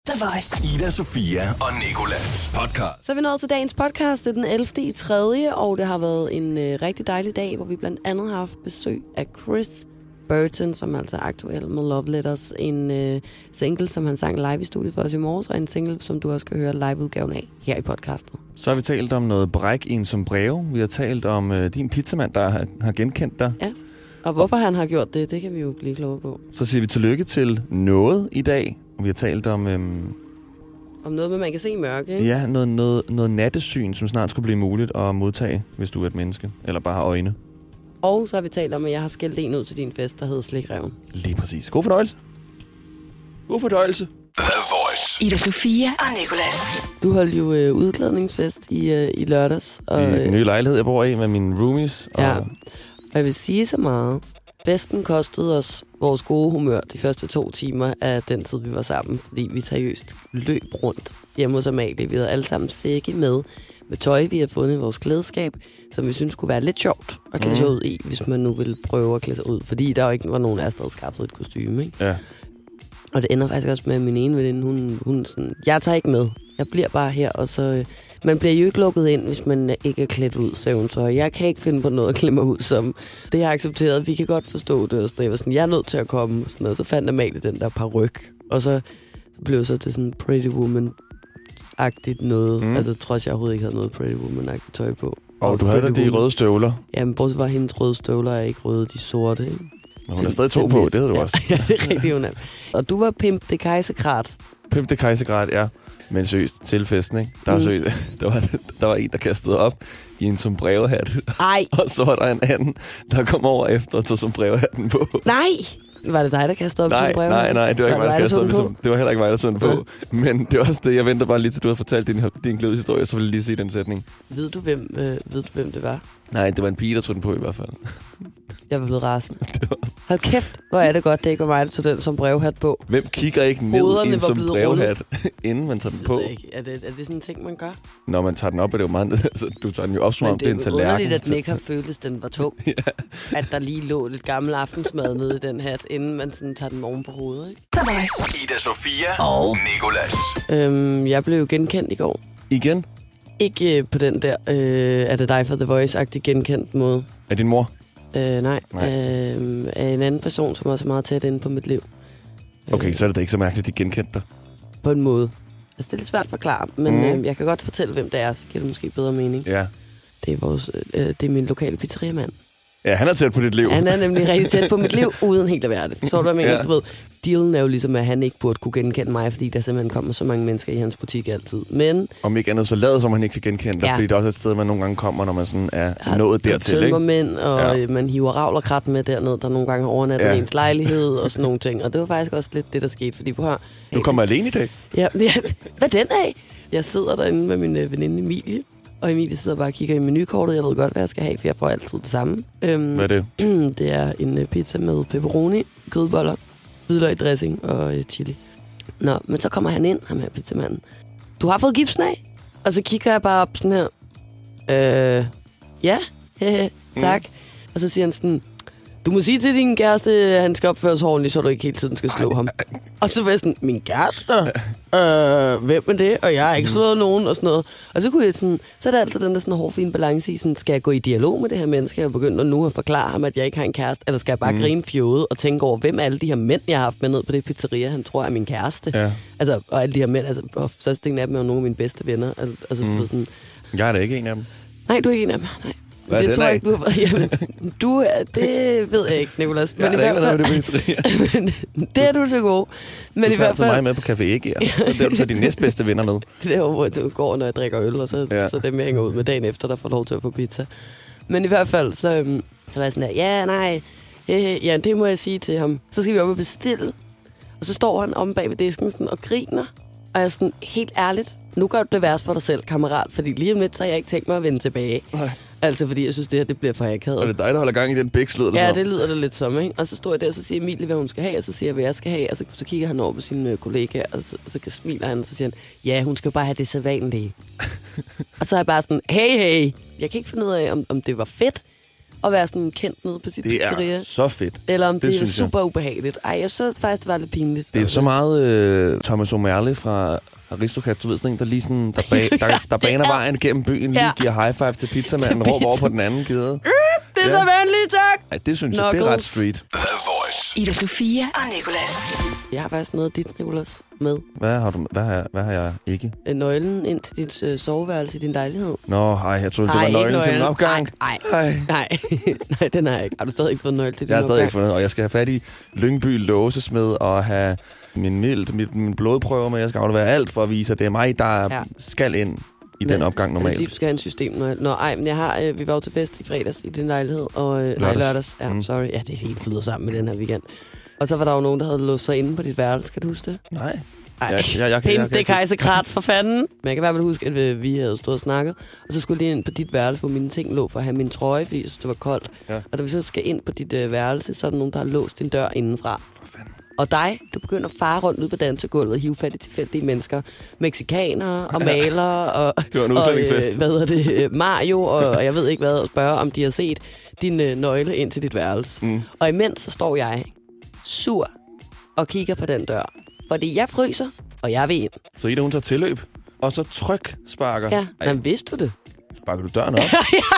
The Voice. Ida, Sofia og Nicolas podcast. Så er vi nået til dagens podcast. Det er den 11.3. og det har været en rigtig dejlig dag, hvor vi blandt andet har haft besøg af Chris Burton, som altså er aktuel med Love Letters. En single, som han sang live i studiet for os i morges, og en single, som du også kan høre liveudgaven af her i podcastet. Så har vi talt om noget bræk i en sombrero. Vi har talt om din pizzamand, der har genkendt dig. Ja, og hvorfor han har gjort det, det kan vi jo blive klogere på. Så siger vi tillykke til noget i dag. Vi har talt om... Om noget med, man kan se i mørke, ikke? Ja, noget nattesyn, som snart skulle blive muligt at modtage, hvis du er et menneske, eller bare har øjne. Og så har vi talt om, at jeg har skældt en ud til din fest, der hedder Slikreven. Lige præcis. God fornøjelse. God fornøjelse. The Voice. Ida, Sofia og Nicolas. Du holdt jo udklædningsfest i lørdags. Og, I den nye lejlighed, jeg bor i med mine roomies. Ja, og jeg vil sige så meget. Festen kostede os vores gode humør de første 2 timer af den tid, vi var sammen, fordi vi seriøst løb rundt hjemme hos Amalie. Vi havde alle sammen sække med tøj, vi havde fundet i vores klædeskab, som vi synes kunne være lidt sjovt at klæde sig ud i, hvis man nu ville prøve at klæde sig ud. Fordi der jo ikke var nogen af os, der havde skaffet et kostume, ikke? Ja. Og det ender faktisk også med, at min ene veninde, hun sådan, jeg tager ikke med. Jeg bliver bare her, og så... Man bliver jo ikke lukket ind, hvis man ikke er klædt ud, sagde hun så. Jeg kan ikke finde på noget at klæde mig ud som. Det har jeg accepteret. Vi kan godt forstå det. Og sådan. Jeg var sådan, jeg er nødt til at komme. Og sådan noget. Så fandt Amalie den der paryk. Og så blev jeg så til sådan Pretty Woman-agtigt noget. Altså, trods jeg overhovedet ikke havde noget Pretty Woman-agtigt tøj på. Og du havde de røde støvler. Jamen, bortset var hendes røde støvler, er ikke røde, de sorte, ikke? Men hun er stadig 2 på, det havde du også. Ja, det er rigtigt, hun er. Og du var Pimp det Kejsergrat. Pimp det Kejsergrat, ja. Men seriøst, til festen, ikke? Der var en, der kastede op i en sombrero-hat. Ej! Og så var der en anden, der kom over efter og tog sombrero-hatten på. Nej! Var det dig, der kastede op i sombrero-hatten? Nej, det var ikke mig, der kastede op. Det var heller ikke mig, der tog den på. Men det var også det, jeg venter bare lige til, du har fortalt din glædeshistorie, så vil jeg lige se den sætning. Ved du, hvem det var? Nej, det var en pige, der tog den på i hvert fald. Jeg var blevet rasende. Hold kæft, hvor er det godt, det ikke var mig, der tog den som brevhat på. Hvem kigger ikke ned i en som brevhat, inden man tager den på? Er det sådan en ting, man gør? Når man tager den op, er det jo meget... Altså, du tager den jo op, som om det er en tallerken. Men det er underligt, at den ikke har føltes, den var tung. Ja. At der lige lå lidt gammel aftensmad nede i den hat, inden man sådan tager den oven på hovedet, ikke? Ida, Sofia og Nicolas. Jeg blev jo genkendt i går. Igen? Ikke på den der, er det dig for The Voice-agtig genkendt måde. Er din mor? Nej. Af en anden person, som også er meget tæt inde på mit liv. Okay, så er det da ikke så mærkeligt, at de genkendte dig. På en måde. Altså, det er lidt svært at forklare, men jeg kan godt fortælle, hvem det er, så giver det måske bedre mening. Ja. Det er min lokale pizzeriamand. Ja, han er tæt på dit liv. Han er nemlig rigtig tæt på mit liv, uden helt at være det. Forstår du, hvad jeg mener? Ja. Du ved, dealen er jo ligesom, at han ikke burde kunne genkende mig, fordi der simpelthen kommer så mange mennesker i hans butik altid. Men... Om ikke andet, så lader som han ikke kan genkende dig, fordi det er også et sted, man nogle gange kommer, når man sådan er nået dertil, ikke? Tømmermænd, og man hiver ravlerkrat med dernede, der nogle gange har overnattet ens lejlighed og sådan nogle ting. Og det var faktisk også lidt det, der skete, fordi på her... Du kommer alene i dag? Ja, hvad den af? Jeg sidder derinde med min veninde Emilie. Og Emilie sidder bare og kigger i menukortet. Jeg ved godt, hvad jeg skal have, for jeg får altid det samme. Hvad er det? Det er en pizza med pepperoni, kødboller, hvidløg, dressing og chili. Nå, men så kommer han ind, ham her pizzamanden. Du har fået gipsen af? Og så kigger jeg bare op sådan her. Ja, tak. Og så siger han sådan, du må sige til din kæreste, at han skal opføre sig ordentligt, så du ikke hele tiden skal slå ham. Og så var jeg sådan, min kæreste? Hvem er det? Og jeg har ikke slået nogen og sådan noget. Og så kunne jeg sådan, så er der altid den der sådan hårfine balance i, sådan, skal jeg gå i dialog med det her menneske, og begynde at nu at forklare ham, at jeg ikke har en kæreste, eller skal jeg bare grine fjode og tænke over, hvem er alle de her mænd, jeg har haft med ned på det pizzeria, han tror er min kæreste. Ja. Altså, og alle de her mænd, altså, og størstedelen af dem er jo nogle af mine bedste venner. Altså, sådan, jeg er da ikke en af dem. Nej, du er ikke en af dem, nej. Hvad det tror jeg ikke, du har. Jamen, det ved jeg ikke, Nicolas. Men i hvert fald... det er du så god. Men du i hvert fald... mig med på Café Ægger. Og der er du så de næstbedste venner med. Det er jo, hvor du går, når jeg drikker øl, og så dem, jeg hænger ud med dagen efter, der får lov til at få pizza. Men i hvert fald, så var jeg sådan der, ja, nej, ja, det må jeg sige til ham. Så skal vi op og bestille. Og så står han om bag ved disken sådan, og griner. Og jeg er sådan, helt ærligt, nu gør du det værst for dig selv, kammerat. Fordi lige om lidt, så har jeg ikke tænkt mig at vende tilbage. Nej. Altså, fordi jeg synes, det her det bliver for akavet. Og det er dig, der holder gang i den bæks, lyder det ja, så? det lyder det lidt som, ikke? Og så står jeg der, og så siger Emilie, hvad hun skal have, og så siger jeg, hvad jeg skal have. Og så kigger han over på sine kollegaer, og så smiler han, og så siger han, ja, hun skal bare have det sædvanlige. Og så er jeg bare sådan, hey, jeg kan ikke finde ud af, om det var fedt, at være sådan kendt nede på sit pizzeria. Det er så fedt. Eller om det er super ubehageligt. Ej, jeg synes faktisk, det var lidt pinligt. Det er så meget Thomas O'Malley fra Aristocat, du ved, sådan en, der lige sådan, der baner vejen gennem byen, lige giver high five til pizzamanden, råber over på den anden gade. Det er så venligt, tak! Ej, det synes jeg, det er ret street. The Voice. Ida Sofia og Nicolas. Jeg har faktisk noget af dit, Nicolas, med. Hvad har jeg ikke? Nøglen ind til dit soveværelse i din lejlighed. Nå, jeg troede, det var nøglen til en opgang. Nej, den har jeg ikke. Har du stadig ikke fået nøgle til din opgang? Jeg har stadig ikke fundet, og jeg skal have fat i Lyngby låsesmed og have min blodprøver med. Jeg skal aflevere alt for at vise, at det er mig, der skal ind i den opgang normalt. Du skal have en systemnøgle. Men vi var jo til fest i fredags i din lejlighed. Og, lørdags. Ja, sorry. Ja, det hele flyder sammen med den her weekend. Og så var der jo nogen, der havde låst sig inde på dit værelse. Kan du huske det? Nej. Det er kejsekrat for fanden. Men jeg kan i hvert fald huske, at vi havde stået og snakket. Og så skulle lige ind på dit værelse, hvor mine ting lå for at have min trøje, fordi jeg synes, det var koldt. Ja. Og da vi så skal ind på dit værelse, så er der nogen, der har låst din dør indenfra. For fanden. Og dig, du begynder at fare rundt ud på dansegulvet og hive fat i tilfældige mennesker. Mexikanere og malere og Mario og jeg ved ikke hvad, og spørge, om de har set din nøgle ind til dit værelse. Mm. Og imens så står jeg sur og kigger på den dør. Fordi jeg fryser, og jeg vil ind. Så Ida, hun tager tilløb, og så sparker. Ja, men vidste du det? Sparker du døren op?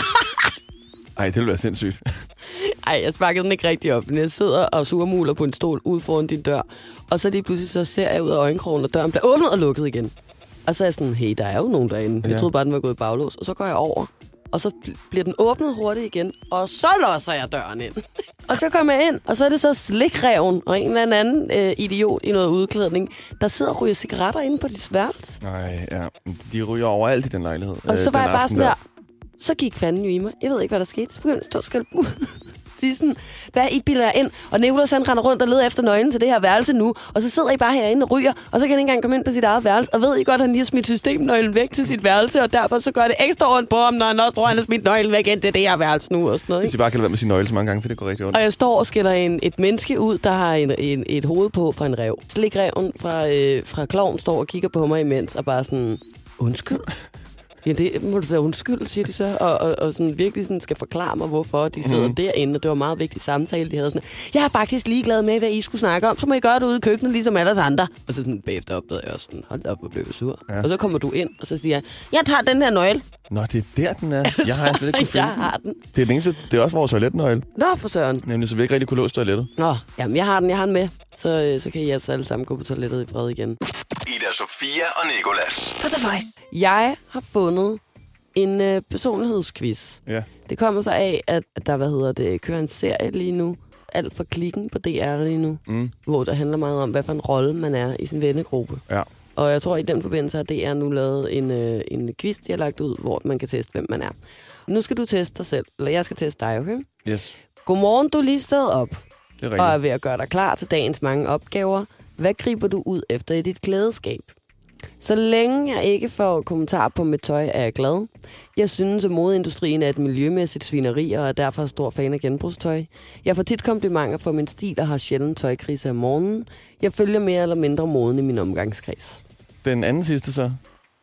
Ej, det ville være sindssygt. Ej, jeg sparkede den ikke rigtig op, men jeg sidder og surmuler på en stol ude foran din dør. Og så lige pludselig så ser jeg ud af øjenkrogen, og døren bliver åbnet og lukket igen. Og så er jeg sådan, hey, der er jo nogen derinde. Jeg troede bare, den var gået i baglås. Og så går jeg over, og så bliver den åbnet hurtigt igen. Og så låser jeg døren ind. Og så kommer jeg ind, og så er det så Slikreven og en eller anden idiot i noget udklædning, der sidder og ryger cigaretter inde på dit værelse. Nej, ja. De ryger overalt i den lejlighed. Og så var jeg bare sådan der. Så gik fanden jo i mig. Jeg ved ikke, hvad der skete. Så begyndte jeg at stå og sige sådan, hvad I bilder ind? Og Nicolas han render rundt og leder efter nøglen til det her værelse nu. Og så sidder I bare herinde og ryger, og så kan han ikke engang komme ind på sit eget værelse. Og ved I godt, at han lige har smidt systemnøglen væk til sit værelse, og derfor så gør det ekstra ondt på ham, når han også tror, han har smidt nøglen væk ind til det her værelse nu og sådan noget. Hvis I bare kan lade være med sin nøgle så mange gange, for det går rigtig ondt. Og jeg står og skiller et menneske ud, der har et hoved på fra en ræv. Slikreven fra Klovn står og kigger på mig imens, og bare sådan, undskyld. Ja, det må du da undskyld, siger de så, og sådan virkelig sådan skal forklare mig, hvorfor de sidder derinde, og det var en meget vigtig samtale, de havde sådan, jeg er faktisk ligeglad med, hvad I skulle snakke om, så må I gøre det ude i køkkenet, ligesom alle andre. Og så sådan bagefter opdagede jeg også sådan, hold op, hvor blev jeg sur. Ja. Og så kommer du ind, og så siger jeg tager den her nøgle. Nå, det er der, den er. Jeg har slet ikke kunne finde jeg har den. Det er den eneste, det er også vores toiletnøgle. Nå, for søren. Nemlig, så vi ikke rigtig kunne låse toilettet. Nå, jamen jeg har den med, så kan I altså alle sammen gå på toilettet i fred igen. Ida Sofia og Nicolas. For The Voice. Jeg har fundet en personlighedsquiz. Ja. Det kommer så af, at der kører en serie lige nu, alt for klikken på DR lige nu, hvor der handler meget om, hvad for en rolle man er i sin vennegruppe. Ja. Og jeg tror, i den forbindelse har DR nu lavet en quiz, de har lagt ud, hvor man kan teste, hvem man er. Nu skal du teste dig selv, eller jeg skal teste dig, okay? Yes. Godmorgen, du er lige stået op, det er og er ved at gøre dig klar til dagens mange opgaver. Hvad griber du ud efter i dit klædeskab? Så længe jeg ikke får kommentar på mit tøj, er jeg glad. Jeg synes, at modeindustrien er et miljømæssigt svineri, og er derfor stor fan af genbrugstøj. Jeg får tit komplimenter for min stil, og har sjældent tøjkrise om morgenen. Jeg følger mere eller mindre moden i min omgangskreds. Den anden sidste så?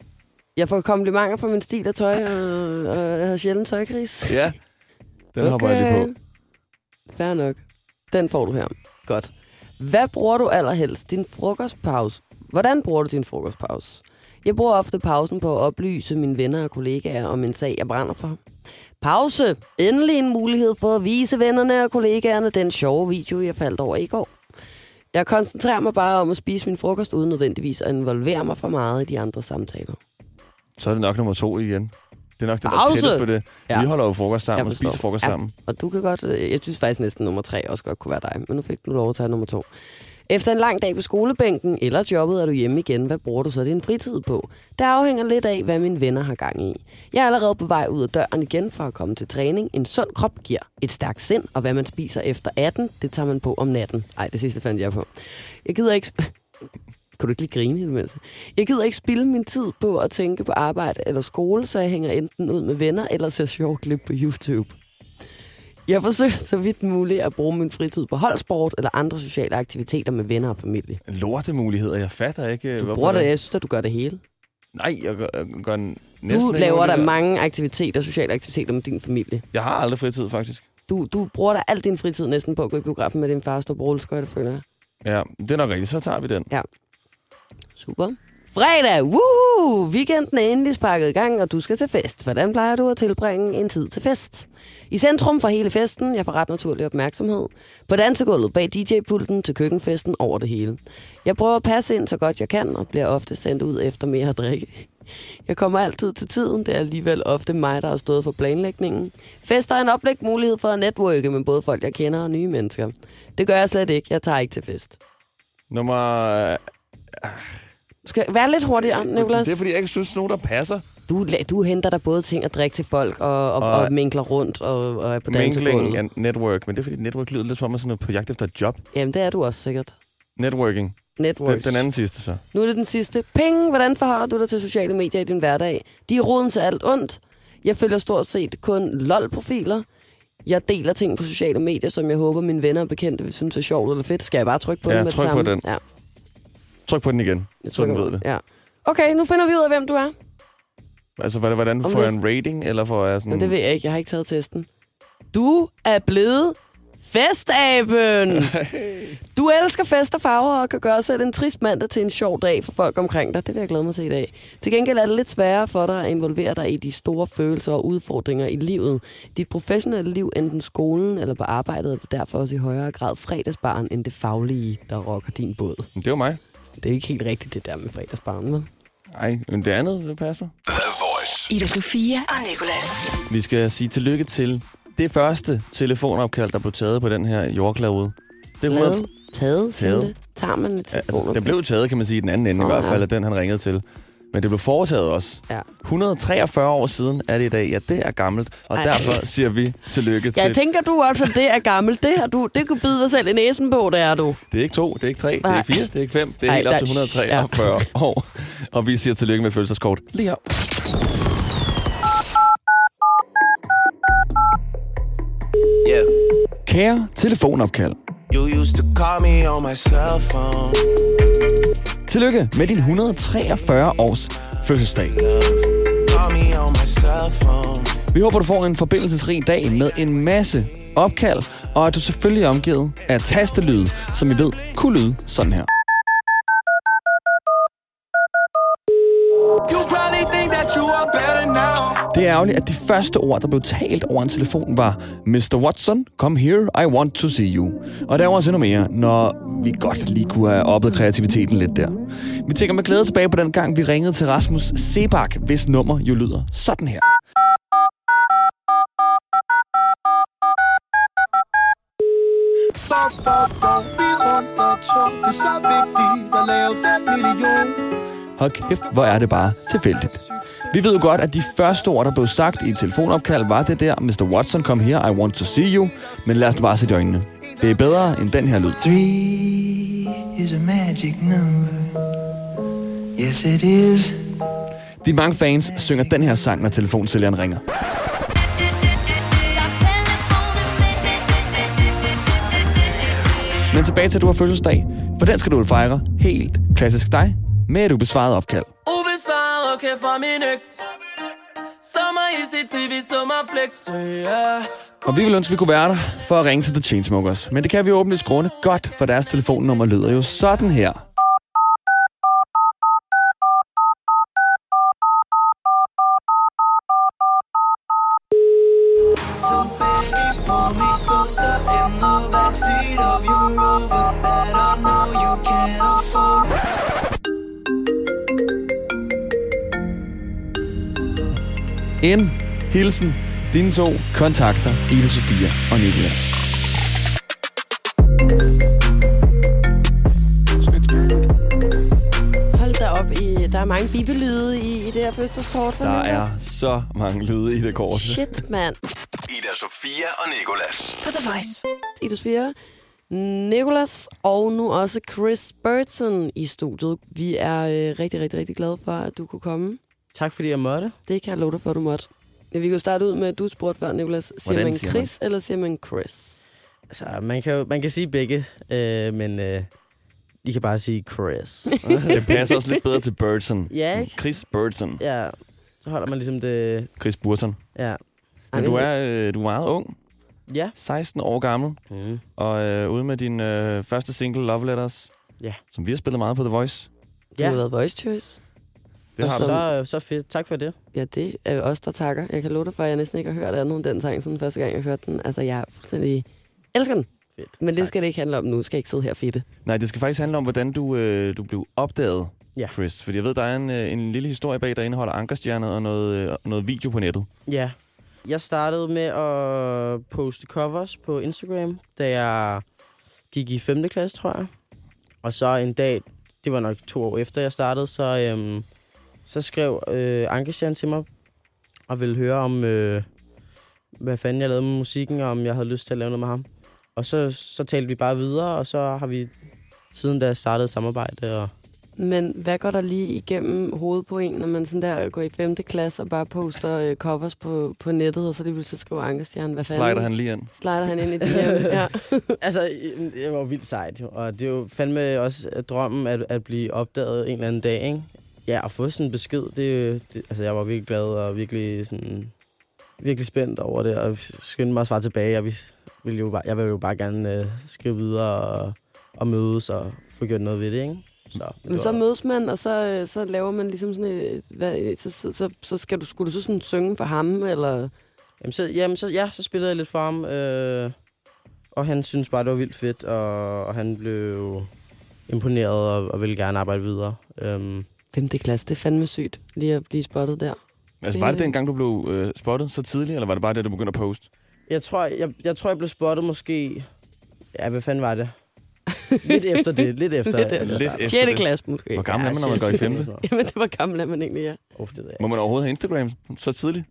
Jeg får komplimenter for min stil og tøj, og jeg har sjældent tøjkrise. Ja, den hopper jeg lige på. Fair nok. Den får du her. Godt. Hvad bruger du allerhelst? Din frokostpause. Hvordan bruger du din frokostpause? Jeg bruger ofte pausen på at oplyse mine venner og kollegaer om en sag, jeg brænder for. Pause. Endelig en mulighed for at vise vennerne og kollegaerne den sjove video, jeg faldt over i går. Jeg koncentrerer mig bare om at spise min frokost uden nødvendigvis at involvere mig for meget i de andre samtaler. Så er det nok nummer 2 igen. Det er nok det, der tættest på det. Ja. Vi holder jo frokost sammen og spiser frokost sammen. Og du kan godt, jeg synes faktisk næsten nummer 3 også godt kunne være dig, men nu fik du lov at tage nummer 2. Efter en lang dag på skolebænken eller jobbet er du hjemme igen. Hvad bruger du så din fritid på? Det afhænger lidt af, hvad mine venner har gang i. Jeg er allerede på vej ud af døren igen for at komme til træning. En sund krop giver et stærkt sind, og hvad man spiser efter 18, det tager man på om natten. Ej, det sidste fandt jeg på. Jeg gider ikke... Kunne du ikke lige grine imens? Jeg gider ikke spilde min tid på at tænke på arbejde eller skole, så jeg hænger enten ud med venner eller ser sjove klip på YouTube. Jeg forsøger så vidt muligt at bruge min fritid på holdsport eller andre sociale aktiviteter med venner og familie. Lortemuligheder, jeg fatter ikke. Du bruger det, jeg synes, at du gør det hele. Nej, jeg gør næsten du laver der mange aktiviteter, sociale aktiviteter med din familie. Jeg har aldrig fritid, faktisk. Du bruger da al din fritid næsten på at gå i biografen med din far og stå på rulleskøjter, føler jeg. Ja, det er nok rigtigt. Så tager vi den. Ja. Super. Fredag! Woohoo! Weekenden er endelig sparket i gang, og du skal til fest. Hvordan plejer du at tilbringe en tid til fest? I centrum for hele festen, jeg får ret naturlig opmærksomhed. På dansegulvet bag DJ-pulten til køkkenfesten over det hele. Jeg prøver at passe ind så godt jeg kan, og bliver ofte sendt ud efter mere at drikke. Jeg kommer altid til tiden, det er alligevel ofte mig, der har stået for planlægningen. Fester er en oplægt mulighed for at netværke med både folk, jeg kender og nye mennesker. Det gør jeg slet ikke. Jeg tager ikke til fest. Nummer... Du skal være lidt hurtigere, Nicolas. Det er, fordi jeg ikke synes, nogen der passer. Du henter der både ting at drikke til folk og minkler rundt og er på dansegulvet. Mingling og network, men det er, fordi network lyder lidt som sådan noget på jagt efter et job. Jamen, det er du også sikkert. Networking. Den anden sidste, så. Nu er det den sidste. Penge, hvordan forholder du dig til sociale medier i din hverdag? De er roden til alt ondt. Jeg følger stort set kun LOL-profiler. Jeg deler ting på sociale medier, som jeg håber, mine venner og bekendte vil synes er sjovt eller fedt. Skal jeg bare trykke på den med det samme? Ja, tryk på den. Ja. Tryk på den igen, så den ved det. Ja. Okay, nu finder vi ud af, hvem du er. Altså, hvordan får jeg en rating, eller får jeg sådan... Men det ved jeg ikke, jeg har ikke taget testen. Du er blevet festaben! Du elsker fest og farver og kan gøre selv en trist mandag til en sjov dag for folk omkring dig. Det vil jeg glæde mig til i dag. Til gengæld er det lidt sværere for dig at involvere dig i de store følelser og udfordringer i livet. Dit professionelle liv, enten skolen eller på arbejdet, er det derfor også i højere grad fredagsbaren end det faglige, der rocker din båd. Det er jo mig. Det er ikke helt rigtigt, det der med fredagsbaren, vel? Nej, men det andet, det passer. The Voice. Ida Sofia og Nicolas. Vi skal sige tillykke til det første telefonopkald, der blev taget på den her jordklode. Det er Taget. Tager man et telefonopkald? Altså, det blev taget, kan man sige, i den anden ende i hvert fald, af den han ringede til. Men det blev foretaget også. Ja. 143 år siden er det i dag. Ja, det er gammelt. Og derfor siger vi tillykke til... Jeg tænker du også, at det er gammelt. Det kunne bide dig selv i næsen på, det er du. Det er ikke 2, det er ikke 3, det er ikke 4, det er ikke 5. Det er helt op til 143 år. Og vi siger tillykke med fødselskort lige her. Yeah. Kære telefonopkald. You used to call me on my cell phone. Tillykke med din 143 års fødselsdag. Call me on my cell phone. Vi håber, du får en forbindelsesrig dag med en masse opkald, og at du selvfølgelig er omgivet af tastelyd, som I ved kunne lyde sådan her. Det er ærgerligt, at de første ord, der blev talt over en telefon, var Mr. Watson, come here, I want to see you. Og der var også endnu mere, når vi godt lige kunne have oppet kreativiteten lidt der. Vi tænker med glæde tilbage på den gang, vi ringede til Rasmus Sebak, hvis nummer jo lyder sådan her. Hold kæft, hvor er det bare tilfældigt. Vi ved jo godt, at de første ord, der blev sagt i et telefonopkald, var det der, Mr. Watson, come here, I want to see you. Men lad os bare se i øjnene. Det er bedre end den her lyd. 3 is a magic number. Yes, it is. De mange fans synger den her sang, når telefonsælgeren ringer. Men tilbage til, at du har fødselsdag. For den skal du fejre helt klassisk dig med et ubesvaret opkald. Ubesvaret opkald fra min eks. Sommer i CTV, sommerflex, yeah. Og vi vil ønske, at vi kunne være der for at ringe til The Chainsmokers. Men det kan vi åbenlyst grunde godt, for deres telefonnummer lyder jo sådan her. So baby, pull me closer in the backseat of your Rover that I know you can't afford. En hilsen, dine to kontakter, Ida Sofia og Nicolas. Hold da op, der er mange bibelyde i det her fødselskort. Der er så mange lyde i det kort. Shit, mand. Ida Sofia og Nicolas. På The Voice. Ida Sofia, Nicolas og nu også Chris Burton i studiet. Vi er rigtig, rigtig, rigtig glade for, at du kunne komme. Tak fordi jeg måtte. Det kan jeg love dig for, at du måtte. Ja, vi kan jo starte ud med, at du spurgte før, Nicolas. Siger man Chris, eller siger man Chris? Altså, man kan sige begge, men I kan bare sige Chris. Det passer også lidt bedre til Burton. Ja, ikke? Chris Burton. Ja, så holder man ligesom det... Chris Burton. Ja. Men du er meget ung. Ja. 16 år gammel. Og ude med din første single, Love Letters. Ja. Som vi har spillet meget på The Voice. Du har været Voice Choice. Det har du. Så fedt. Tak for det. Ja, det er jo os, der takker. Jeg kan love dig for, at jeg næsten ikke har hørt andet end den sang, siden første gang, jeg hørte den. Altså, jeg fuldstændig elsker den. Fedt. Men det skal det ikke handle om nu. Skal jeg ikke sidde her fedte. Nej, det skal faktisk handle om, hvordan du blev opdaget, Ja. Chris. Fordi jeg ved, der er en lille historie bag, der indeholder ankerstjernet og noget video på nettet. Ja. Jeg startede med at poste covers på Instagram, da jeg gik i 5. klasse, tror jeg. Og så en dag, det var nok 2 år efter jeg startede, så skrev Ankerstjerne til mig og ville høre om, hvad fanden jeg lavede med musikken, og om jeg havde lyst til at lave noget med ham. Og så talte vi bare videre, og så har vi siden da startet et samarbejde. Og Men hvad går der lige igennem hovedet på en, når man sådan der går i 5. klasse og bare poster covers på nettet, og så lige pludselig skriver Ankerstjerne? Hvad fanden? Slider han lige ind? Slider han ind i det her? Ja. altså, det var vildt sejt, jo. Og det er jo fandme også drømmen at blive opdaget en eller anden dag, ikke? Ja, at få sådan en besked, altså jeg var virkelig glad og virkelig spændt over det, og skyndte mig at svare tilbage. Jeg ville jo bare gerne skrive videre og mødes og få gjort noget ved det, ikke? Men så mødes man, og så laver man ligesom sådan et... Så skulle du så sådan synge for ham, eller... Så spillede jeg lidt for ham, og han synes bare, det var vildt fedt, og han blev imponeret og ville gerne arbejde videre. 5. klasse, det er fandme sygt, lige at blive spottet der. Altså, var det dengang, du blev spottet så tidligt, eller var det bare det, du begyndte at poste? Jeg tror, jeg blev spottet måske... Ja, hvad fanden var det? Lidt efter det. Lidt efter 6. klasse måske. Hvor gammel er man, når man går i 5. Jamen, det var gammel er man egentlig, ja. Må man overhovedet have Instagram så tidligt?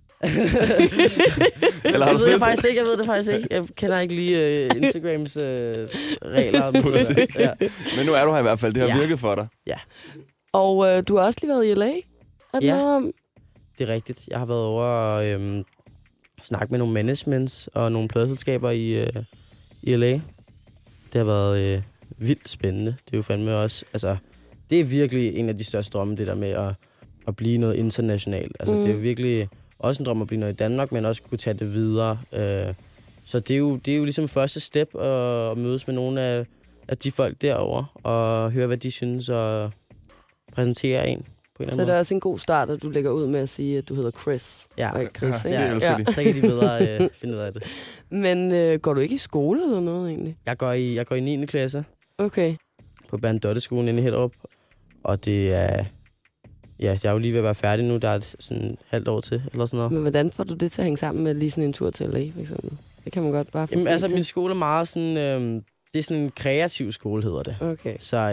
Eller har du jeg ved det faktisk ikke. Jeg kender ikke lige Instagrams regler. Ja. Men nu er du her i hvert fald. Det har virket for dig. Ja. Og du har også lige været i LA? Ja, det er rigtigt. Jeg har været over og snakke med nogle managements og nogle pladselskaber i LA. Det har været vildt spændende. Det er jo fandme også... Altså, det er virkelig en af de største drømme, det der med at blive noget internationalt. Altså, det er virkelig også en drøm at blive noget i Danmark, men også kunne tage det videre. Så det er jo ligesom første step at mødes med nogle af de folk derovre og høre, hvad de synes og præsentere en. Så det er også en god start, at du lægger ud med at sige, at du hedder Chris. Ja, og ikke Chris, ikke? Ja. Så kan de bedre finde ud af det. Men går du ikke i skole eller noget egentlig? Jeg går i 9. klasse. Okay. På Berndotteskolen inde i Hellerup. Og det er... Ja, jeg er jo lige ved at være færdig nu. Der er sådan et halvt år til, eller sådan noget. Men hvordan får du det til at hænge sammen med lige sådan en tur til LA, for eksempel? Det kan man godt bare få. Jamen, altså, min skole er meget sådan... det er sådan en kreativ skole, hedder det. Okay. Så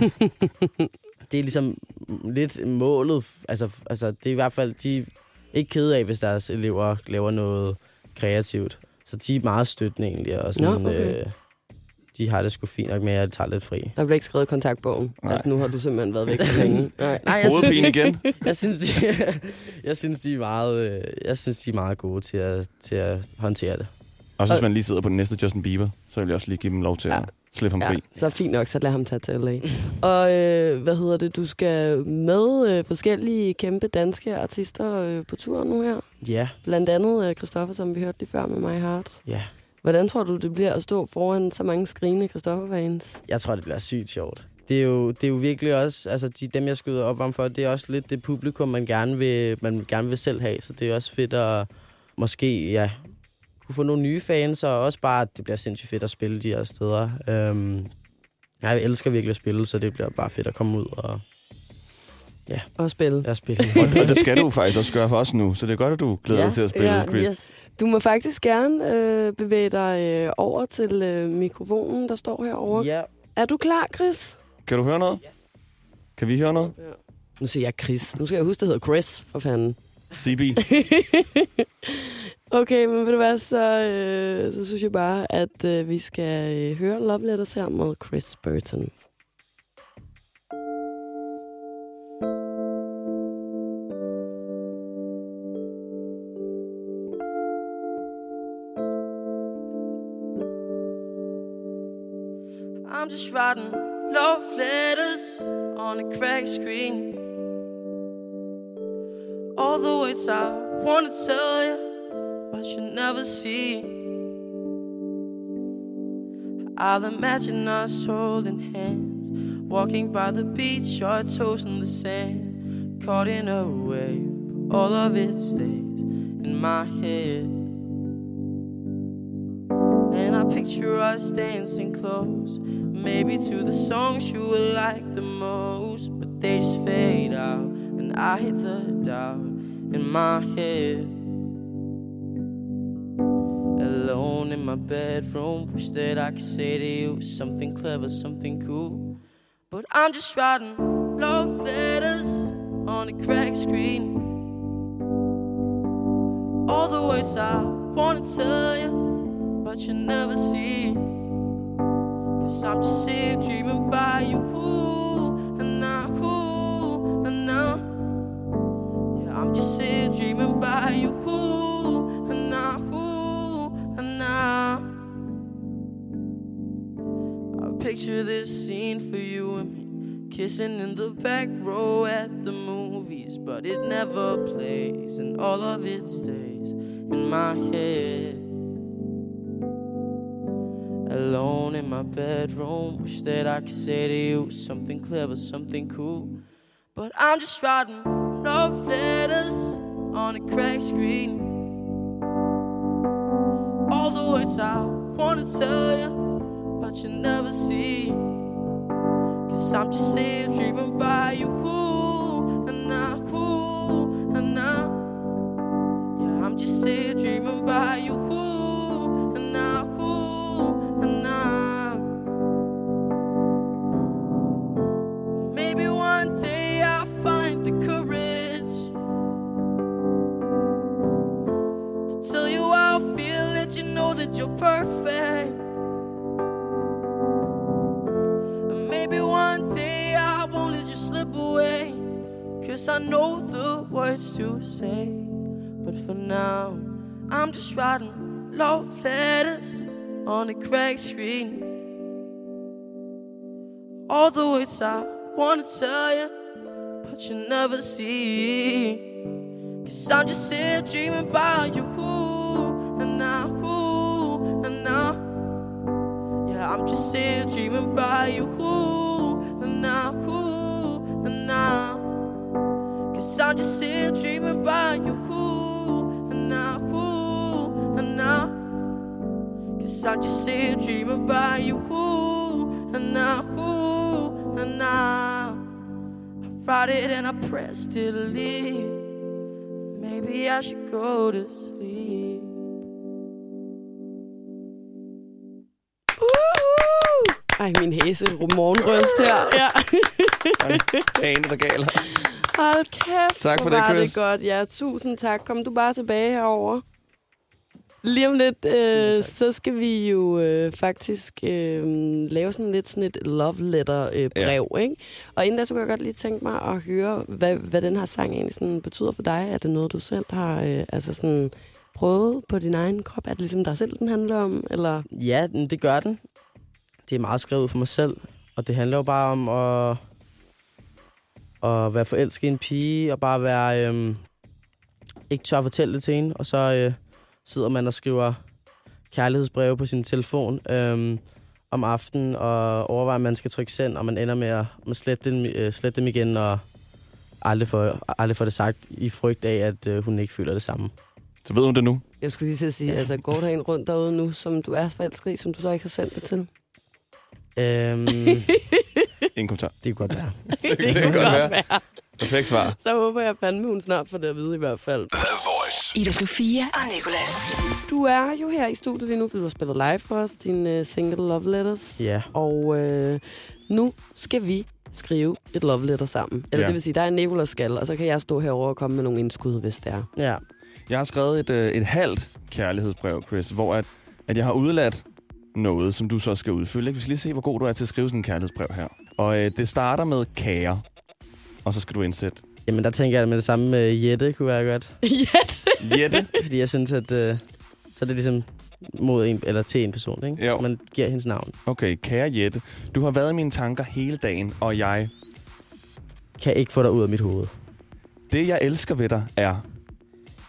det er ligesom lidt målet. Altså, det er i hvert fald... De er ikke kede af, hvis deres elever laver noget kreativt. Så de er meget støttende egentlig. Og sådan, okay. De har det sgu fint nok med, at jeg tager lidt fri. Der bliver ikke skrevet kontaktbogen. At nu har du simpelthen været væk for længe. Nej, hovedpine igen. Jeg synes, de er meget gode til at håndtere det. Og så hvis man lige sidder på den næste Justin Bieber, så vil jeg også lige give dem lov til at slippe ham fri. Så fint nok, så lad ham tage til LA. Og du skal med forskellige kæmpe danske artister på tur nu her. Ja. Blandt andet Christoffer, som vi hørte lige før med My Heart. Ja. Hvordan tror du, det bliver at stå foran så mange skrigende Christoffer-fans? Jeg tror, det bliver sygt sjovt. Det er jo virkelig også, altså dem jeg skyder op om for, det er også lidt det publikum, man gerne vil selv have. Så det er også fedt at måske, kunne få nogle nye fans, og også bare, at det bliver sindssygt fedt at spille de her steder. Jeg elsker virkelig at spille, så det bliver bare fedt at komme ud og... Ja. Og spille. Ja, spille. Og det skal du faktisk også gøre for os nu, så det er godt, at du glæder dig til at spille, Chris. Yes. Du må faktisk gerne bevæge dig over til mikrofonen, der står herovre. Ja. Er du klar, Chris? Kan du høre noget? Ja. Kan vi høre noget? Ja. Nu siger jeg Chris. Nu skal jeg huske, det hedder Chris, for fanden. CB. Okay, men ved du hvad, så synes jeg bare, at vi skal høre Love Letters her med Chris Burton. I'm just writing love letters on a cracked screen. All the words I want to tell you, but you never see. I'll imagine us holding hands, walking by the beach, our toes in the sand, caught in a wave. All of it stays in my head, and I picture us dancing close, maybe to the songs you would like the most, but they just fade out, and I hit the doubt in my head. Alone in my bedroom, wish that I could say to you something clever, something cool, but I'm just writing love letters on a cracked screen. All the words I wanna tell you, but you never see, 'cause I'm just here dreaming about you, and now, and now. Yeah, I'm just here dreaming about you, and now, and now. I picture this scene for you and me, kissing in the back row at the movies, but it never plays, and all of it stays in my head. Alone in my bedroom, wish that I could say to you something clever, something cool, but I'm just writing love letters on a cracked screen. All the words I wanna tell you, but you never see, 'cause I'm just here dreaming about you, and now, and now. Yeah, I'm just here dreaming about you, and now, and now. Maybe one day I'll find the courage to tell you how I feel, let you know that you're perfect. Maybe one day I won't let you slip away, 'cause I know the words to say. But for now, I'm just writing love letters on a cracked screen. All the words I wanna tell you, but you never see, 'cause I'm just here dreaming about you, and now, and now. Yeah, I'm just here dreaming about you, and now, and now. 'Cause I'm just here dreaming about you, and now, and now. 'Cause I'm just here dreaming about you, and now, and now. I write it and I press delete. Maybe I should go to sleep. Ej, min hæse morgenrøst her. Ja. Ane, der galer. Hold kæft, tak for hvor det, var Chris. det godt. Ja, tusind tak. Kom du bare tilbage herover. Lige om lidt, så skal vi jo faktisk lave sådan et love letter brev, ikke? Og inden da, så kunne jeg godt lige tænke mig at høre, hvad den her sang egentlig sådan betyder for dig. Er det noget, du selv har sådan prøvet på din egen krop? Er det ligesom dig selv, den handler om? Eller? Ja, det gør den. Det er meget skrevet for mig selv, og det handler jo bare om at være forelsket i en pige, og bare være ikke tør at fortælle det til hende, og så sidder man og skriver kærlighedsbreve på sin telefon om aftenen, og overvejer, at man skal trykke send, og man ender med at slette dem igen, og aldrig få det sagt, i frygt af, at hun ikke føler det samme. Så ved hun det nu? Jeg skulle lige til at sige, altså går der en rundt derude nu, som du er forelsket i, som du så ikke har sendt det til? Ingen kommentar. Det kunne godt være. det kunne godt være. Perfekt svar. Så håber jeg fandme, hun snart får det at vide i hvert fald. The Voice. Ida Sofia og Nicolas. Du er jo her i studiet lige nu, fordi du har spillet live for os, din single Love Letters. Ja. Og nu skal vi skrive et love letter sammen. Eller det vil sige, der er Nicolas skal, og så kan jeg stå herover og komme med nogle indskud, hvis det er. Ja. Jeg har skrevet et halvt kærlighedsbrev, Chris, hvor at jeg har udladt noget, som du så skal udfylde. Vi skal lige se, hvor god du er til at skrive sådan en kærlighedsbrev her. Og det starter med kære, og så skal du indsætte. Jamen, der tænker jeg med det samme med Jette, kunne være godt. Jette? Fordi jeg synes, at så er det ligesom mod en, eller til en person, ikke? Jo. Man giver hendes navn. Okay, kære Jette. Du har været i mine tanker hele dagen, og jeg kan ikke få dig ud af mit hoved. Det, jeg elsker ved dig, er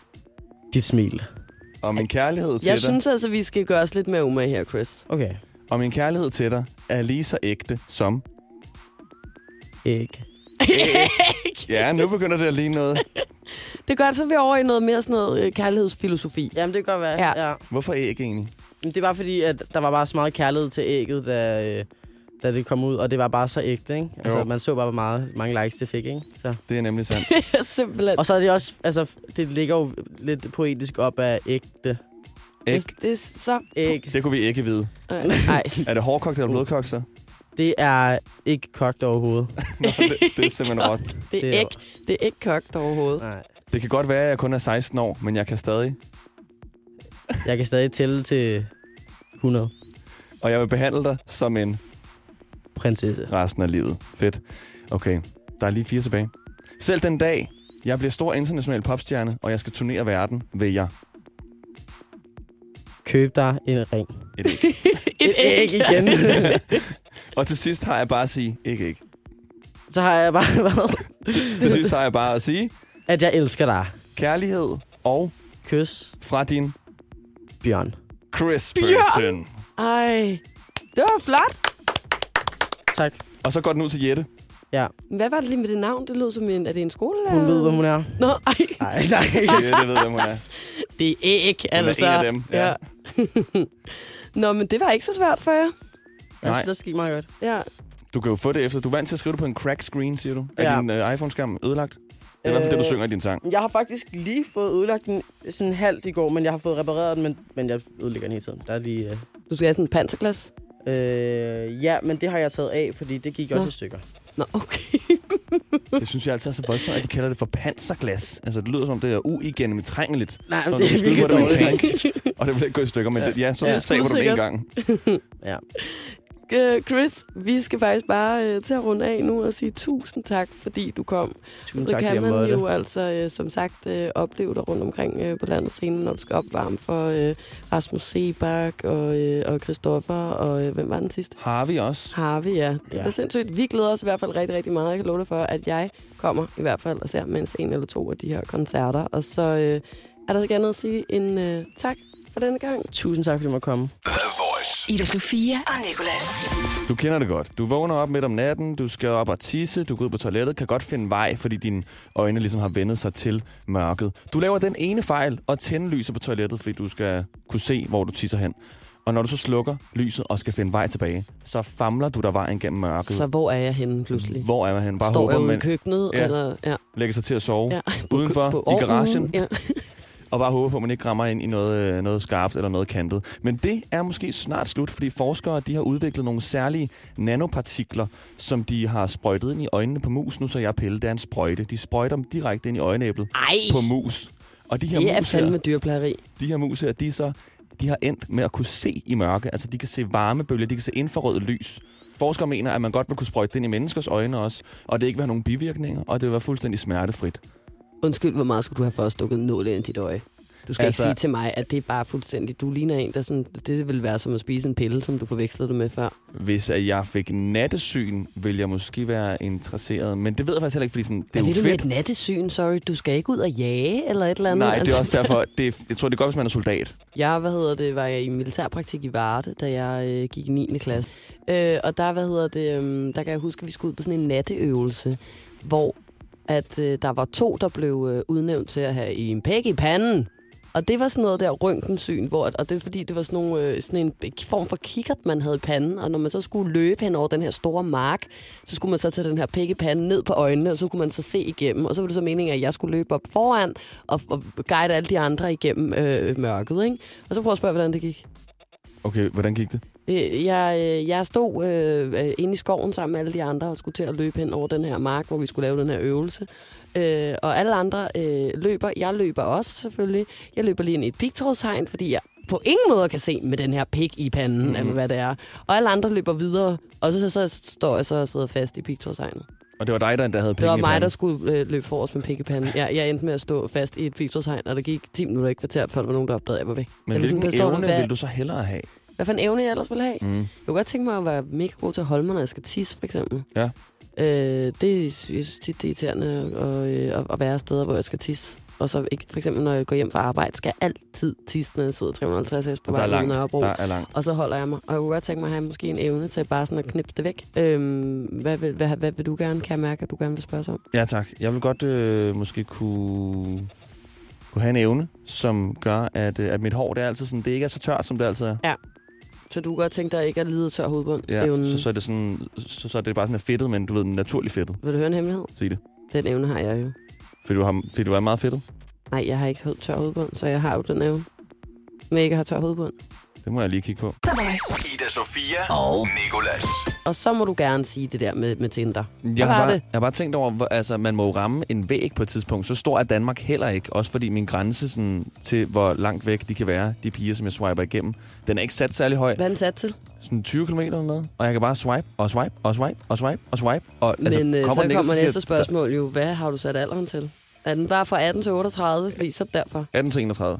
dit smil. Og min kærlighed til dig. Jeg synes altså, vi skal gøre os lidt mere umage her, Chris. Okay. Og min kærlighed til dig er lige så ægte som... Æg. Ja, nu begynder det at ligne noget. Det gør så vi over i noget mere sådan noget kærlighedsfilosofi. Jamen, det kan godt være. Ja. Hvorfor æg egentlig? Men det var fordi, at der var bare så meget kærlighed til ægget, da det kom ud. Og det var bare så ægte, ikke? Altså, man så bare, hvor mange likes det fik, ikke? Så. Det er nemlig sandt. Simpelthen. Og så er det også... Altså, det ligger jo lidt poetisk op af ægte. Æg. Det er så... Æg. Det kunne vi ikke vide. Nej. Er det hårdkogt eller blødkogt så? Det er ikke kogt overhovedet. Nå, det er simpelthen råt. Det er ikke kogt overhovedet. Nej. Det kan godt være, at jeg kun er 16 år, men jeg kan stadig. Jeg kan stadig tælle til 100. Og jeg vil behandle dig som en... prinsesse. Resten af livet. Fedt. Okay, der er lige 4 tilbage. Selv den dag, jeg bliver stor international popstjerne, og jeg skal turnere verden, vil jeg... Køb dig en ring. Et æg. Et æg igen. Og til sidst har jeg bare at sige, ikke. Så har jeg bare været... Til sidst har jeg bare at sige... At jeg elsker dig. Kærlighed og... Kys. Fra din... Bjørn. Chris Person. Ej, det var flot. Tak. Og så går den ud til Jette. Ja. Hvad var det lige med det navn? Det lød som en... Er det en skolelærer? Hun ved, hvem hun er. Nå, ej. Nej. Jette ved, hvem hun er. Det er æg, altså. Hun er en af dem, ja. Nå, men det var ikke så svært for jer. Jeg synes, det gik meget godt. Ja. Du kan jo få det efter. Du er vant til at skrive det på en crack screen, siger du. Er Ja. din iPhone-skærm ødelagt? Det er i hvert fald det, du synger i din sang. Jeg har faktisk lige fået ødelagt den sådan halvt i går, men jeg har fået repareret den, men jeg ødelægger den hele tiden. Der er lige... Du skal have sådan en panserglas? Ja, men det har jeg taget af, fordi det gik også i stykker. Nå, okay. Det synes jeg altid er så voldsomt, at de kalder det for panserglas. Altså, det lyder som, det er uigennemtrængeligt. Nej, så, det er virkelig dårligt. Og det vil ikke gå i stykker, men så taber du den en gang. Ja. Chris, vi skal faktisk bare til at runde af nu og sige tusind tak, fordi du kom. Tusind så tak, kan fordi man jeg måtte. jo altså, som sagt, opleve dig rundt omkring på landets scene, når du skal opvarme for Rasmus Sebak og Christoffer, og hvem var den sidste? Harvey også. Harvey, ja. Det er sindssygt. Vi glæder os i hvert fald rigtig, rigtig meget. Jeg kan love dig for, at jeg kommer i hvert fald og ser mindst 1 eller 2 af de her koncerter. Og så er der ikke andet at sige en tak for denne gang. Tusind tak, fordi du måtte komme. The Voice. Ida Sofia og Nicolas. Du kender det godt. Du vågner op midt om natten, du skal op og tisse, du går ud på toilettet, kan godt finde vej, fordi dine øjne ligesom har vendet sig til mørket. Du laver den ene fejl og tænder lyset på toilettet, fordi du skal kunne se, hvor du tisser hen. Og når du så slukker lyset og skal finde vej tilbage, så famler du der vejen gennem mørket. Så hvor er jeg henne pludselig? Hvor er jeg henne? Bare står håber, jeg ude i men køkkenet? Ja. Eller, ja. lægger sig til at sove Ja. udenfor i garagen. Ja. Og bare håber på, at man ikke rammer ind i noget skarpt eller noget kantet. Men det er måske snart slut, fordi forskere de har udviklet nogle særlige nanopartikler, som de har sprøjtet ind i øjnene på mus. Nu så jeg pille, det er en sprøjte. De sprøjter dem direkte ind i øjenæblet på mus. Og de her Det er mus fandme dyrplageri. De her mus her, de har endt med at kunne se i mørke. Altså de kan se varmebølger, de kan se infrarødt lys. Forskere mener, at man godt vil kunne sprøjte det ind i menneskers øjne også, og det ikke vil have nogen bivirkninger, og det vil være fuldstændig smertefrit. Undskyld, hvor meget skulle du have for at stukket nål ind i dit øje? Du skal ikke sige til mig, at det er bare fuldstændig... Du ligner en, der sådan... Det vil være som at spise en pille, som du forvekslede det med før. Hvis jeg fik nattesyn, ville jeg måske være interesseret. Men det ved jeg faktisk heller ikke, fordi sådan, det er jo fedt. Hvad vil du med et nattesyn? Sorry, du skal ikke ud og jage eller et eller andet? Nej, det er også derfor... jeg tror, det er godt, hvis man er soldat. Jeg, var jeg i militærpraktik i Varde, da jeg gik i 9. klasse. Og der, der kan jeg huske, at vi skulle ud på sådan en natteøvelse, hvor at der var 2, der blev udnævnt til at have en pæk i panden. Og det var sådan noget der røntgensyn, og det er fordi, det var sådan en form for kikkert, man havde i panden. Og når man så skulle løbe hen over den her store mark, så skulle man så tage den her pæk i panden ned på øjnene, og så kunne man så se igennem. Og så var det så meningen, at jeg skulle løbe op foran og guide alle de andre igennem mørket, ikke? Og så prøv at spørge, hvordan det gik. Okay, hvordan gik det? Jeg stod inde i skoven sammen med alle de andre og skulle til at løbe hen over den her mark, hvor vi skulle lave den her øvelse. Og alle andre løber. Jeg løber også, selvfølgelig. Jeg løber lige ind i et pigtrådshegn, fordi jeg på ingen måde kan se med den her pik i panden, eller hvad det er. Og alle andre løber videre, og så står jeg så og sidder fast i pigtrådshegnet. Og det var dig, der havde pik i panden? Det var mig, der skulle løbe forrest med pik i panden. Jeg endte med at stå fast i et pigtrådshegn, og der gik 10 minutter i kvarter, før der var nogen, der opdagede, at jeg var væk. Men hvilken evne vil du så hellere have? Hvad for en evne jeg ellers vil have? Jeg kunne godt tænke mig at være mega god til at holde mig, når jeg skal tisse, for eksempel. Ja. Jeg synes tit, det er irriterende at være steder, hvor jeg skal tisse. Og så ikke, for eksempel, når jeg går hjem fra arbejde, skal jeg altid tisse, når jeg sidder 350 på vej ud Nørrebro. Der er langt. Og så holder jeg mig. Og jeg kunne godt tænke mig at have måske en evne til bare sådan at knipse det væk. Hvad vil du gerne? Kan jeg mærke, at du gerne vil spørge sig om? Ja, tak. Jeg vil godt måske kunne have en evne, som gør, at mit hår, det er altid sådan, det ikke er så tørt, som det altid er. Ja. Så du kunne godt tænke dig ikke at lide tør hovedbund? Ja, så er det sådan, så er det bare sådan fedtet, men du ved, naturligt fedtet. Vil du høre en hemmelighed? Sig det. Den evne har jeg jo. Fordi du er meget fedtet? Nej, jeg har ikke tør hovedbund, så jeg har jo den evne. Men jeg ikke har tør hovedbund. Det må jeg lige kigge på. Ida Sofia og Nicolas. Og så må du gerne sige det der med Tinder. Jeg har bare tænkt over, altså man må jo ramme en væg på et tidspunkt. Så stor er Danmark heller ikke. Også fordi min grænse sådan, til, hvor langt væk de kan være, de piger, som jeg swiper igennem, den er ikke sat særlig høj. Hvad er den sat til? Sådan 20 km eller noget. Og jeg kan bare swipe og swipe og swipe og swipe og swipe. Og, men altså, kommer næste spørgsmål jo. Hvad har du sat alderen til? Er den bare fra 18 til 38? Fordi så derfor. 18 til 31.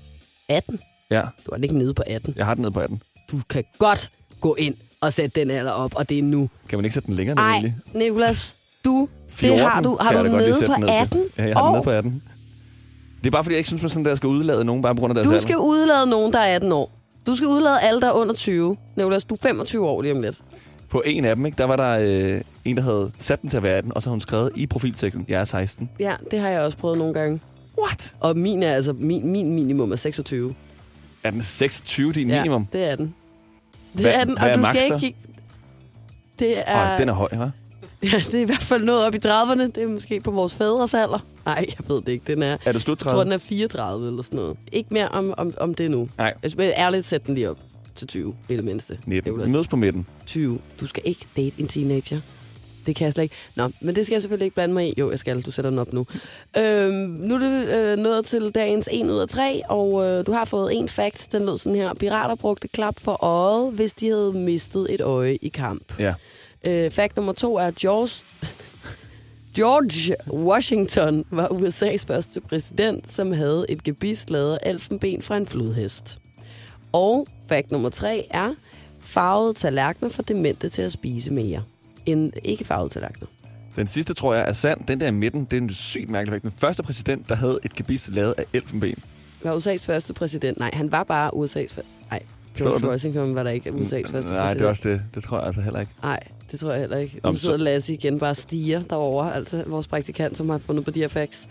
18? Ja. Du er ikke nede på 18. Jeg har den nede på 18. Du kan godt gå ind og sætte den alder op, og det er nu. Kan man ikke sætte den længere ned egentlig? Nej, Nicolas, 14, det har du nede på 18. Ja, jeg har den nede på 18. Det er bare fordi, jeg ikke synes, man sådan der skal udlade nogen bare på grund af deres alder. Du skal udlade nogen, der er 18 år. Du skal udlade alle, der er under 20. Nicolas, du er 25 år lige om lidt. På en af dem, ikke, der var der en, der havde sat den til at være 18, og så har hun skrevet i profilteksten, jeg er 16. Ja, det har jeg også prøvet nogle gange. What? Og min er altså, min minimum er 26. Er den 26 din minimum? Ja, det er den. Det er den, og du skal ikke kigge. Det er... den er høj, hva'? Ja, det er i hvert fald noget op i 30'erne. Det er måske på vores fædres alder. Nej, jeg ved det ikke. Den er du slut 30? Jeg tror, den er 34 eller sådan noget. Ikke mere om det nu. Nej. Jeg skal ærligt sætte den lige op til 20, i det mindste. 19. Vi mødes på midten. 20. Du skal ikke date en teenager. Det kan jeg slet ikke. Nå, men det skal jeg selvfølgelig ikke blande mig i. Jo, jeg skal. Du sætter den op nu. Nu er det nået til dagens 1 ud af 3, og du har fået en fact. Den lød sådan her. Pirater brugte klap for øjet, hvis de havde mistet et øje i kamp. Ja. Fact nummer 2 er George Washington var USA's første præsident, som havde et gebis lavet af elfenben fra en flodhest. Og fact nummer 3 er farvede tallerkener for demente til at spise mere end ikke farvede tallerkener. Den sidste tror jeg er sand. Den der i midten, det er en sygt mærkelig fakt. Den første præsident, der havde et gebis lavet af elfenben. Var USA's første præsident? Nej, han var bare USA's første. Nej, George Washington var der ikke USA's første præsident. Nej, det er også det. Det tror jeg altså heller ikke. Nej, det tror jeg heller ikke. Nu sidder Lasse igen bare stiger derovre, altså vores praktikant, som har fundet på de her facts.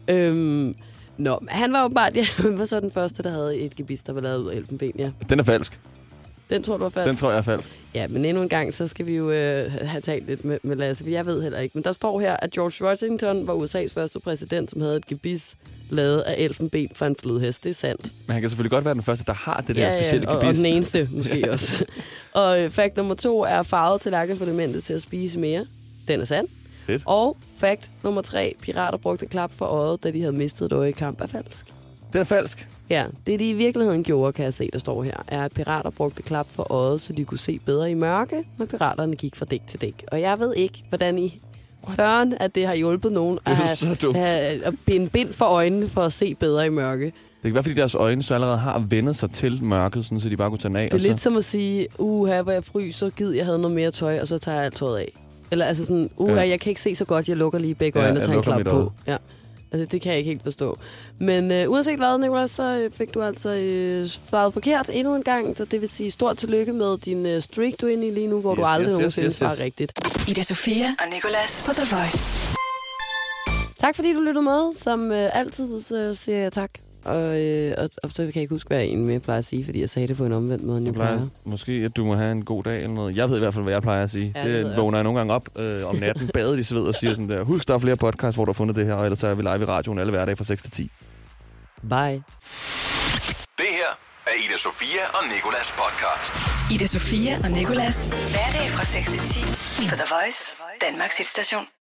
Han var åbenbart, han var så den første, der havde et gebis, der var lavet ud af elfenben, ja. Den er falsk. Den tror du er falsk? Den tror jeg er falsk. Ja, men endnu en gang, så skal vi jo have talt lidt med Lasse, for jeg ved heller ikke. Men der står her, at George Washington var USA's første præsident, som havde et gebis lavet af elfenben fra en flodhest. Det er sandt. Men han kan selvfølgelig godt være den første, der har det der specielle gebis. Og den eneste måske også. Og fact nummer 2 er farvet tallerken for demente til at spise mere. Den er sand. Fedt. Og fact nummer 3, pirater brugte klap for øjet, da de havde mistet et øje i kamp, er falsk. Den er falsk? Ja, det de i virkeligheden gjorde, kan jeg se, der står her, er, at pirater brugte klap for øjet, så de kunne se bedre i mørke, når piraterne gik fra dæk til dæk. Og jeg ved ikke, hvordan I søren, at det har hjulpet nogen at binde bind for øjnene for at se bedre i mørke. Det kan være, fordi deres øjne så allerede har vendet sig til mørket, sådan, så de bare kunne tage den af. Det er lidt som at sige, hvor jeg fryser, jeg havde noget mere tøj, og så tager jeg alt tøjet af. Eller altså sådan, jeg kan ikke se så godt, jeg lukker lige begge øjne og tager en klap på. Ja. Altså, det kan jeg ikke helt forstå. Men uanset hvad, Nicolas, så fik du altså svaret forkert endnu en gang. Så det vil sige stort tillykke med din streak, du er inde i lige nu, hvor du aldrig nogensinde svarer rigtigt. Ida Sofia og Nicolas på The Voice. Tak fordi du lyttede med. Som altid siger jeg tak. Og så kan jeg ikke huske, hvad jeg egentlig plejer at sige, fordi jeg sagde det på en omvendt måde, end jeg plejer. Måske, at du må have en god dag eller noget. Jeg ved i hvert fald, hvad jeg plejer at sige. Ja, det vågner jeg nogle gange op om natten, badet i sved og siger sådan der, husk, der er flere podcasts, hvor du har fundet det her, og ellers så er vi live i radioen alle hverdage fra 6 til 10. Bye. Det her er Ida Sofia og Nicolas podcast. Ida Sofia og Nicolas. Hverdag fra 6 til 10 på The Voice, Danmarks hitstation.